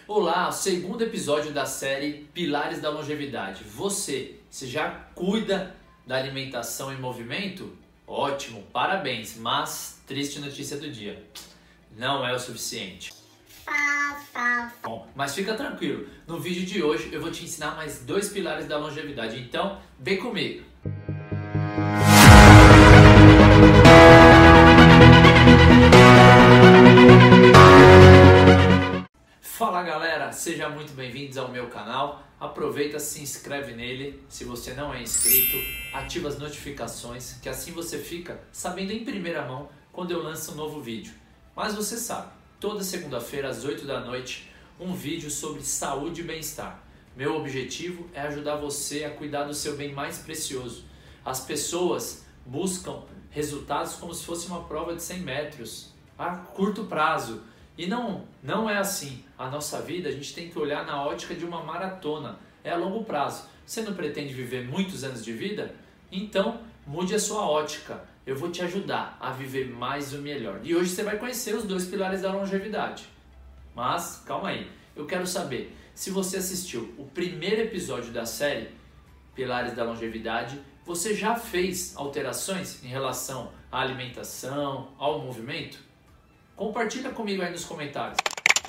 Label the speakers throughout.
Speaker 1: Olá, segundo episódio da série Pilares da Longevidade. Você já cuida da alimentação em movimento? Ótimo, parabéns, mas triste notícia do dia. Não é o suficiente. Bom, mas fica tranquilo, no vídeo de hoje eu vou te ensinar mais 2 pilares da longevidade, então vem comigo. Fala galera, sejam muito bem-vindos ao meu canal. Aproveita, se inscreve nele, se você não é inscrito, ativa as notificações, que assim você fica sabendo em primeira mão quando eu lanço um novo vídeo. Mas você sabe, toda segunda-feira às 8 da noite, um vídeo sobre saúde e bem-estar. Meu objetivo é ajudar você a cuidar do seu bem mais precioso. As pessoas buscam resultados como se fosse uma prova de 100 metros, a curto prazo. E não é assim. A nossa vida a gente tem que olhar na ótica de uma maratona, é a longo prazo. Você não pretende viver muitos anos de vida? Então mude a sua ótica. Eu vou te ajudar a viver mais o melhor. E hoje você vai conhecer os 2 pilares da longevidade. Mas calma aí, eu quero saber se você assistiu o primeiro episódio da série Pilares da Longevidade. Você já fez alterações em relação à alimentação, ao movimento? Compartilha comigo aí nos comentários.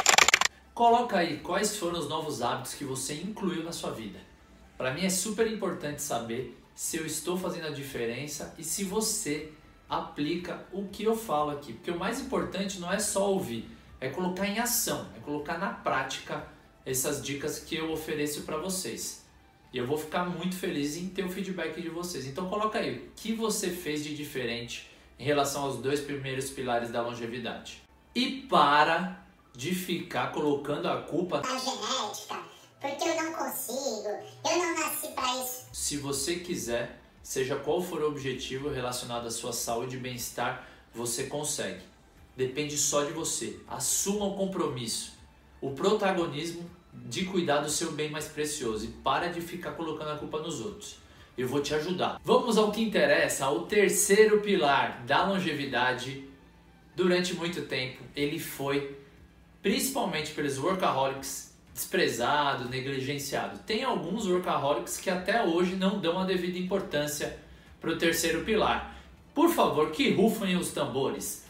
Speaker 1: Coloca aí quais foram os novos hábitos que você incluiu na sua vida. Para mim é super importante saber se eu estou fazendo a diferença e se você aplica o que eu falo aqui. Porque o mais importante não é só ouvir, é colocar em ação, é colocar na prática essas dicas que eu ofereço para vocês. E eu vou ficar muito feliz em ter o feedback de vocês. Então coloca aí o que você fez de diferente em relação aos 2 primeiros pilares da longevidade. E para de ficar colocando a culpa
Speaker 2: na genética, porque eu não consigo, eu não nasci para isso.
Speaker 1: Se você quiser, seja qual for o objetivo relacionado à sua saúde e bem-estar, você consegue. Depende só de você. Assuma o compromisso, o protagonismo de cuidar do seu bem mais precioso e para de ficar colocando a culpa nos outros. Eu vou te ajudar. Vamos ao que interessa, o terceiro pilar da longevidade. Durante muito tempo, ele foi, principalmente pelos workaholics, desprezado, negligenciado. Tem alguns workaholics que até hoje não dão a devida importância para o terceiro pilar. Por favor, que rufem os tambores.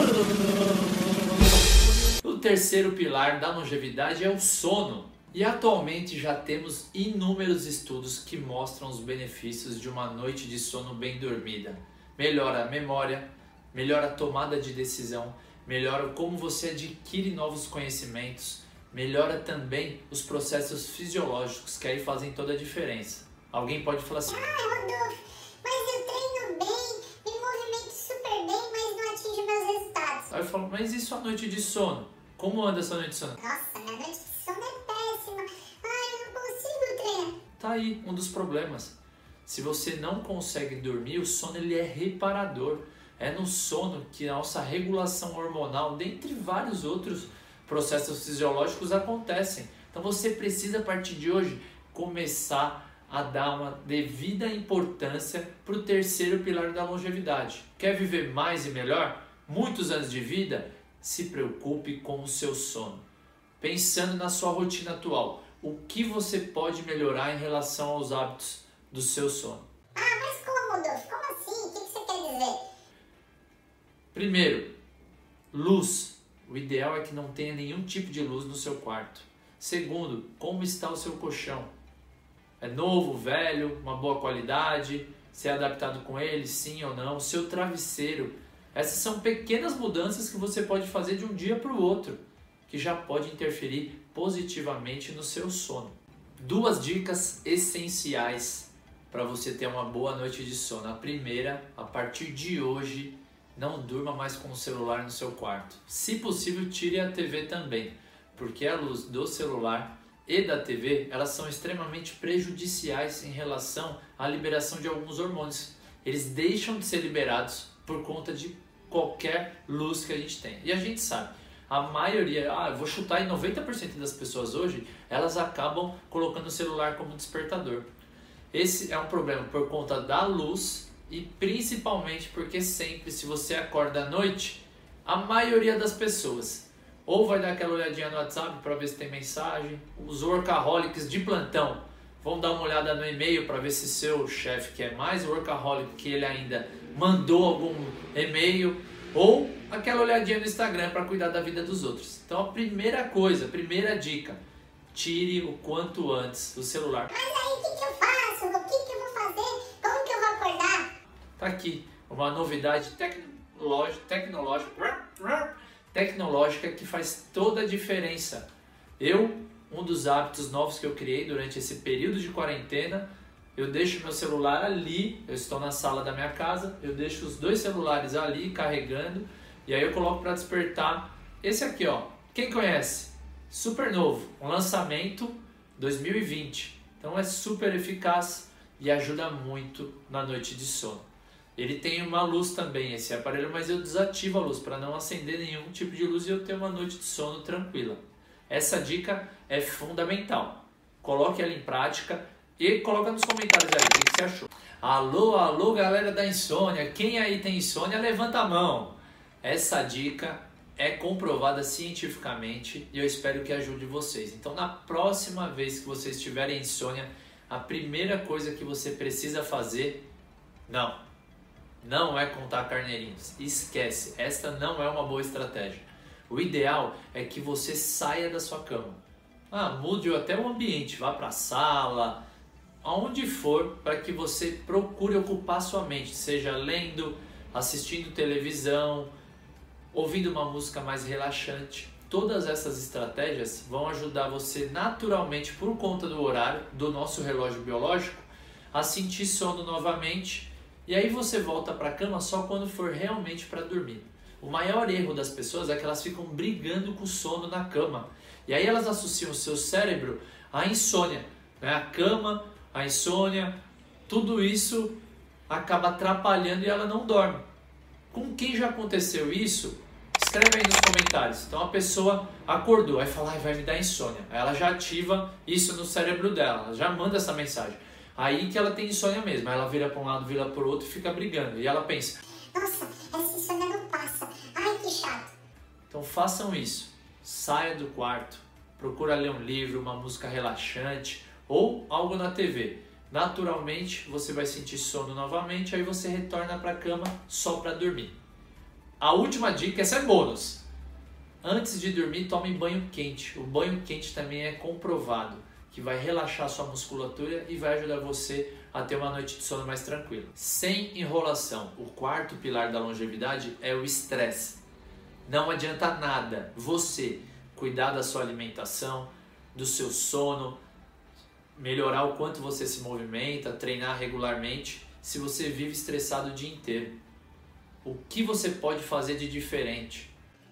Speaker 1: O terceiro pilar da longevidade é o sono. E atualmente já temos inúmeros estudos que mostram os benefícios de uma noite de sono bem dormida. Melhora a memória, melhora a tomada de decisão, melhora como você adquire novos conhecimentos, melhora também os processos fisiológicos que aí fazem toda a diferença. Alguém pode falar assim:
Speaker 2: Rodolfo, mas eu treino bem, me movimento super bem, mas não atingo meus resultados.
Speaker 1: Aí eu falo, mas e sua noite de sono? Como anda essa noite de sono?
Speaker 2: Nossa, minha noite de sono é péssima. Ai, eu não consigo treinar.
Speaker 1: Tá aí um dos problemas. Se você não consegue dormir, o sono ele é reparador. É no sono que a nossa regulação hormonal, dentre vários outros processos fisiológicos, acontecem. Então você precisa, a partir de hoje, começar a dar uma devida importância para o terceiro pilar da longevidade. Quer viver mais e melhor? Muitos anos de vida? Se preocupe com o seu sono. Pensando na sua rotina atual, o que você pode melhorar em relação aos hábitos do seu sono?
Speaker 2: Mas como, Rodolfo? Como assim? O que você quer dizer?
Speaker 1: Primeiro, luz. O ideal é que não tenha nenhum tipo de luz no seu quarto. Segundo, como está o seu colchão? É novo, velho, uma boa qualidade? Se é adaptado com ele, sim ou não? Seu travesseiro. Essas são pequenas mudanças que você pode fazer de um dia para o outro, que já pode interferir positivamente no seu sono. 2 dicas essenciais para você ter uma boa noite de sono. A primeira, a partir de hoje, não durma mais com o celular no seu quarto. Se possível, tire a TV também, porque a luz do celular e da TV, elas são extremamente prejudiciais em relação à liberação de alguns hormônios. Eles deixam de ser liberados por conta de qualquer luz que a gente tem. E a gente sabe, a maioria, eu vou chutar em 90% das pessoas hoje, elas acabam colocando o celular como despertador. Esse é um problema por conta da luz e principalmente porque sempre, se você acorda à noite, a maioria das pessoas ou vai dar aquela olhadinha no WhatsApp para ver se tem mensagem. Os workaholics de plantão vão dar uma olhada no e-mail para ver se seu chefe quer mais workaholic, que ele ainda mandou algum e-mail, ou aquela olhadinha no Instagram para cuidar da vida dos outros. Então a primeira coisa, a primeira dica, tire o quanto antes do celular.
Speaker 2: Mas aí o que eu faço? O que eu vou fazer? Como que eu vou acordar?
Speaker 1: Tá aqui uma novidade tecnológica que faz toda a diferença. Um dos hábitos novos que eu criei durante esse período de quarentena, eu deixo meu celular ali, eu estou na sala da minha casa, eu deixo os 2 celulares ali carregando, e aí eu coloco para despertar esse aqui, ó. Quem conhece? Super novo, um lançamento 2020. Então é super eficaz e ajuda muito na noite de sono. Ele tem uma luz também, esse aparelho, mas eu desativo a luz para não acender nenhum tipo de luz e eu ter uma noite de sono tranquila. Essa dica é fundamental. Coloque ela em prática e coloca nos comentários aí o que você achou. Alô, galera da insônia. Quem aí tem insônia, levanta a mão. Essa dica é comprovada cientificamente e eu espero que ajude vocês. Então, na próxima vez que vocês tiverem insônia, a primeira coisa que você precisa fazer, não é contar carneirinhos. Esquece, esta não é uma boa estratégia. O ideal é que você saia da sua cama. Mude até o ambiente, vá para a sala, aonde for, para que você procure ocupar sua mente, seja lendo, assistindo televisão, ouvindo uma música mais relaxante. Todas essas estratégias vão ajudar você naturalmente, por conta do horário, do nosso relógio biológico, a sentir sono novamente. E aí você volta para a cama só quando for realmente para dormir. O maior erro das pessoas é que elas ficam brigando com o sono na cama. E aí elas associam o seu cérebro à insônia. A cama, a insônia, tudo isso acaba atrapalhando e ela não dorme. Com quem já aconteceu isso, escreve aí nos comentários. Então a pessoa acordou, aí fala, vai me dar insônia. Aí ela já ativa isso no cérebro dela, ela já manda essa mensagem. Aí que ela tem insônia mesmo, aí ela vira para um lado, vira para o outro e fica brigando. E ela pensa,
Speaker 2: nossa, essa insônia não passa. Ai, que chato.
Speaker 1: Então façam isso. Saia do quarto, procura ler um livro, uma música relaxante ou algo na TV. Naturalmente você vai sentir sono novamente, aí você retorna para a cama só para dormir. A última dica, essa é bônus. Antes de dormir, tome banho quente. O banho quente também é comprovado que vai relaxar sua musculatura e vai ajudar você a ter uma noite de sono mais tranquila. Sem enrolação, o quarto pilar da longevidade é o estresse. Não adianta nada você cuidar da sua alimentação, do seu sono, melhorar o quanto você se movimenta, treinar regularmente, se você vive estressado o dia inteiro. O que você pode fazer de diferente?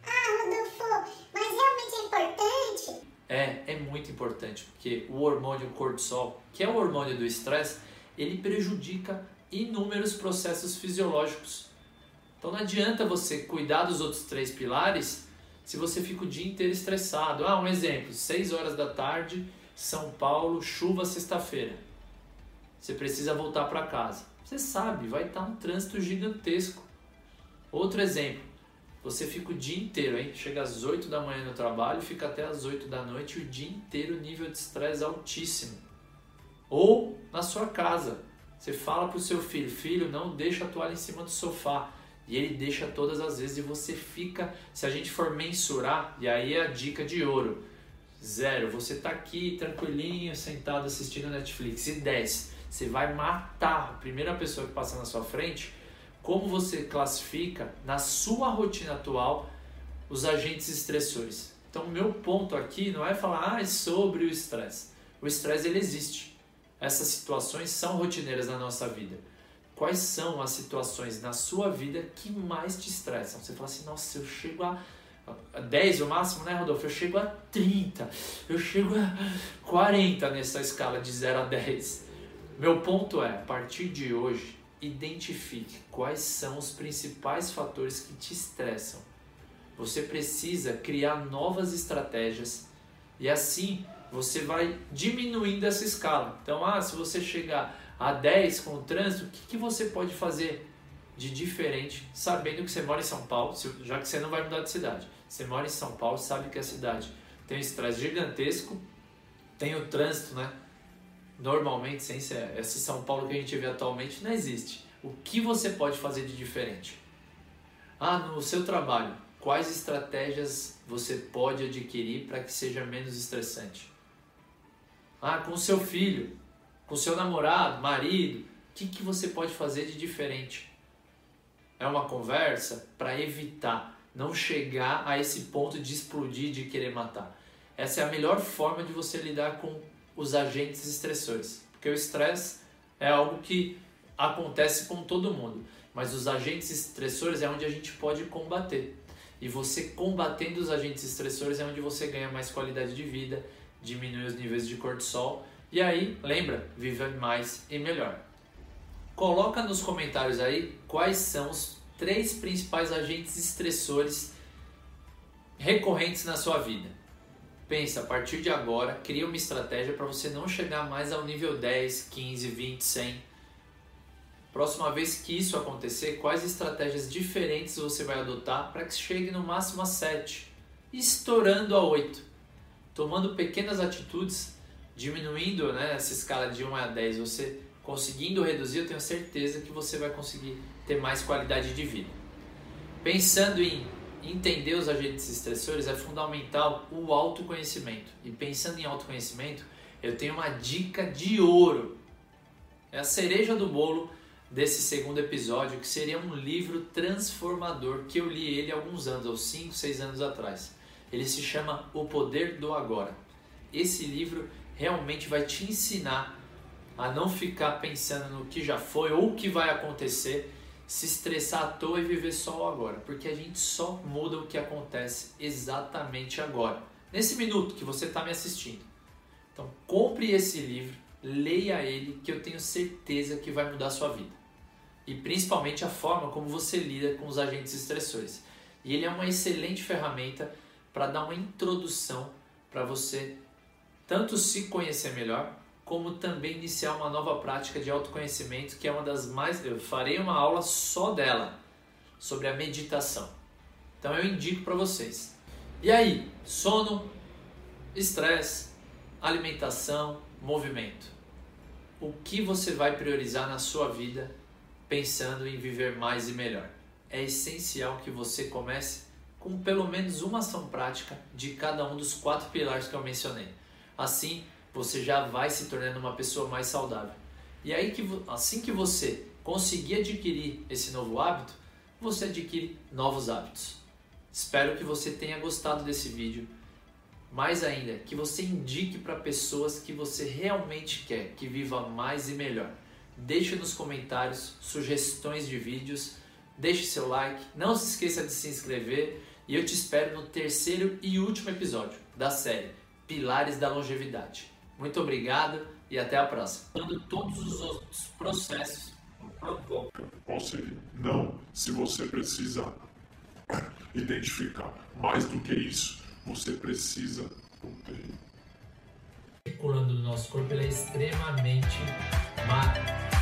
Speaker 2: Rodolfo, mas realmente é importante?
Speaker 1: É muito importante, porque o hormônio cortisol, que é o hormônio do estresse, ele prejudica inúmeros processos fisiológicos. Então não adianta você cuidar dos outros 3 pilares se você fica o dia inteiro estressado. Um exemplo, 6 horas da tarde, São Paulo, chuva sexta-feira. Você precisa voltar para casa. Você sabe, vai estar um trânsito gigantesco. Outro exemplo, você fica o dia inteiro, chega às 8 da manhã no trabalho, fica até às 8 da noite, o dia inteiro, nível de estresse altíssimo. Ou na sua casa, você fala para o seu filho, filho, não deixa a toalha em cima do sofá. E ele deixa todas as vezes e você fica, se a gente for mensurar, e aí é a dica de ouro, 0, você está aqui tranquilinho, sentado assistindo Netflix, e 10, você vai matar a primeira pessoa que passa na sua frente. Como você classifica na sua rotina atual os agentes estressores? Então o meu ponto aqui não é falar sobre o estresse. O estresse ele existe. Essas situações são rotineiras na nossa vida. Quais são as situações na sua vida que mais te estressam? Você fala assim, nossa, eu chego a 10 o máximo, né, Rodolfo? Eu chego a 30, eu chego a 40 nessa escala de 0 a 10. Meu ponto é, a partir de hoje, identifique quais são os principais fatores que te estressam. Você precisa criar novas estratégias e assim você vai diminuindo essa escala. Então, se você chegar a 10 com o trânsito, o que você pode fazer de diferente, sabendo que você mora em São Paulo, já que você não vai mudar de cidade. Você mora em São Paulo, sabe que a cidade tem um estresse gigantesco, tem o trânsito, né? Normalmente, sem esse São Paulo que a gente vê atualmente, não existe. O que você pode fazer de diferente? No seu trabalho, quais estratégias você pode adquirir para que seja menos estressante? Com o seu filho, com o seu namorado, marido, o que você pode fazer de diferente? É uma conversa para evitar, não chegar a esse ponto de explodir, de querer matar. Essa é a melhor forma de você lidar com os agentes estressores, porque o estresse é algo que acontece com todo mundo, mas os agentes estressores é onde a gente pode combater. E você combatendo os agentes estressores é onde você ganha mais qualidade de vida, diminui os níveis de cortisol e aí, lembra, viva mais e melhor. Coloca nos comentários aí quais são os 3 principais agentes estressores recorrentes na sua vida. Pensa, a partir de agora, cria uma estratégia para você não chegar mais ao nível 10, 15, 20, 100. Próxima vez que isso acontecer, quais estratégias diferentes você vai adotar para que chegue no máximo a 7, estourando a 8. Tomando pequenas atitudes, diminuindo, né, essa escala de 1 a 10, você conseguindo reduzir, eu tenho certeza que você vai conseguir ter mais qualidade de vida. Pensando em entender os agentes estressores, é fundamental o autoconhecimento. E pensando em autoconhecimento, eu tenho uma dica de ouro. É a cereja do bolo desse segundo episódio, que seria um livro transformador, que eu li ele há alguns anos, há 5, 6 anos atrás. Ele se chama O Poder do Agora. Esse livro realmente vai te ensinar a não ficar pensando no que já foi ou o que vai acontecer, se estressar à toa e viver só o agora, porque a gente só muda o que acontece exatamente agora, nesse minuto que você está me assistindo. Então compre esse livro, leia ele, que eu tenho certeza que vai mudar a sua vida. E principalmente a forma como você lida com os agentes estressores. E ele é uma excelente ferramenta para dar uma introdução para você tanto se conhecer melhor, como também iniciar uma nova prática de autoconhecimento, que é uma das mais... Eu farei uma aula só dela, sobre a meditação. Então eu indico para vocês. E aí, sono, estresse, alimentação, movimento. O que você vai priorizar na sua vida pensando em viver mais e melhor? É essencial que você comece com pelo menos uma ação prática de cada um dos 4 pilares que eu mencionei. Assim, você já vai se tornando uma pessoa mais saudável. E aí, assim que você conseguir adquirir esse novo hábito, você adquire novos hábitos. Espero que você tenha gostado desse vídeo. Mais ainda, que você indique para pessoas que você realmente quer que viva mais e melhor. Deixe nos comentários sugestões de vídeos, deixe seu like, não se esqueça de se inscrever e eu te espero no 3º e último episódio da série Pilares da Longevidade. Muito obrigado e até a próxima. Todos os outros processos.
Speaker 3: Qual seria? Não, se você precisa identificar mais do que isso, você precisa
Speaker 1: circulando no nosso corpo, ele é extremamente magro.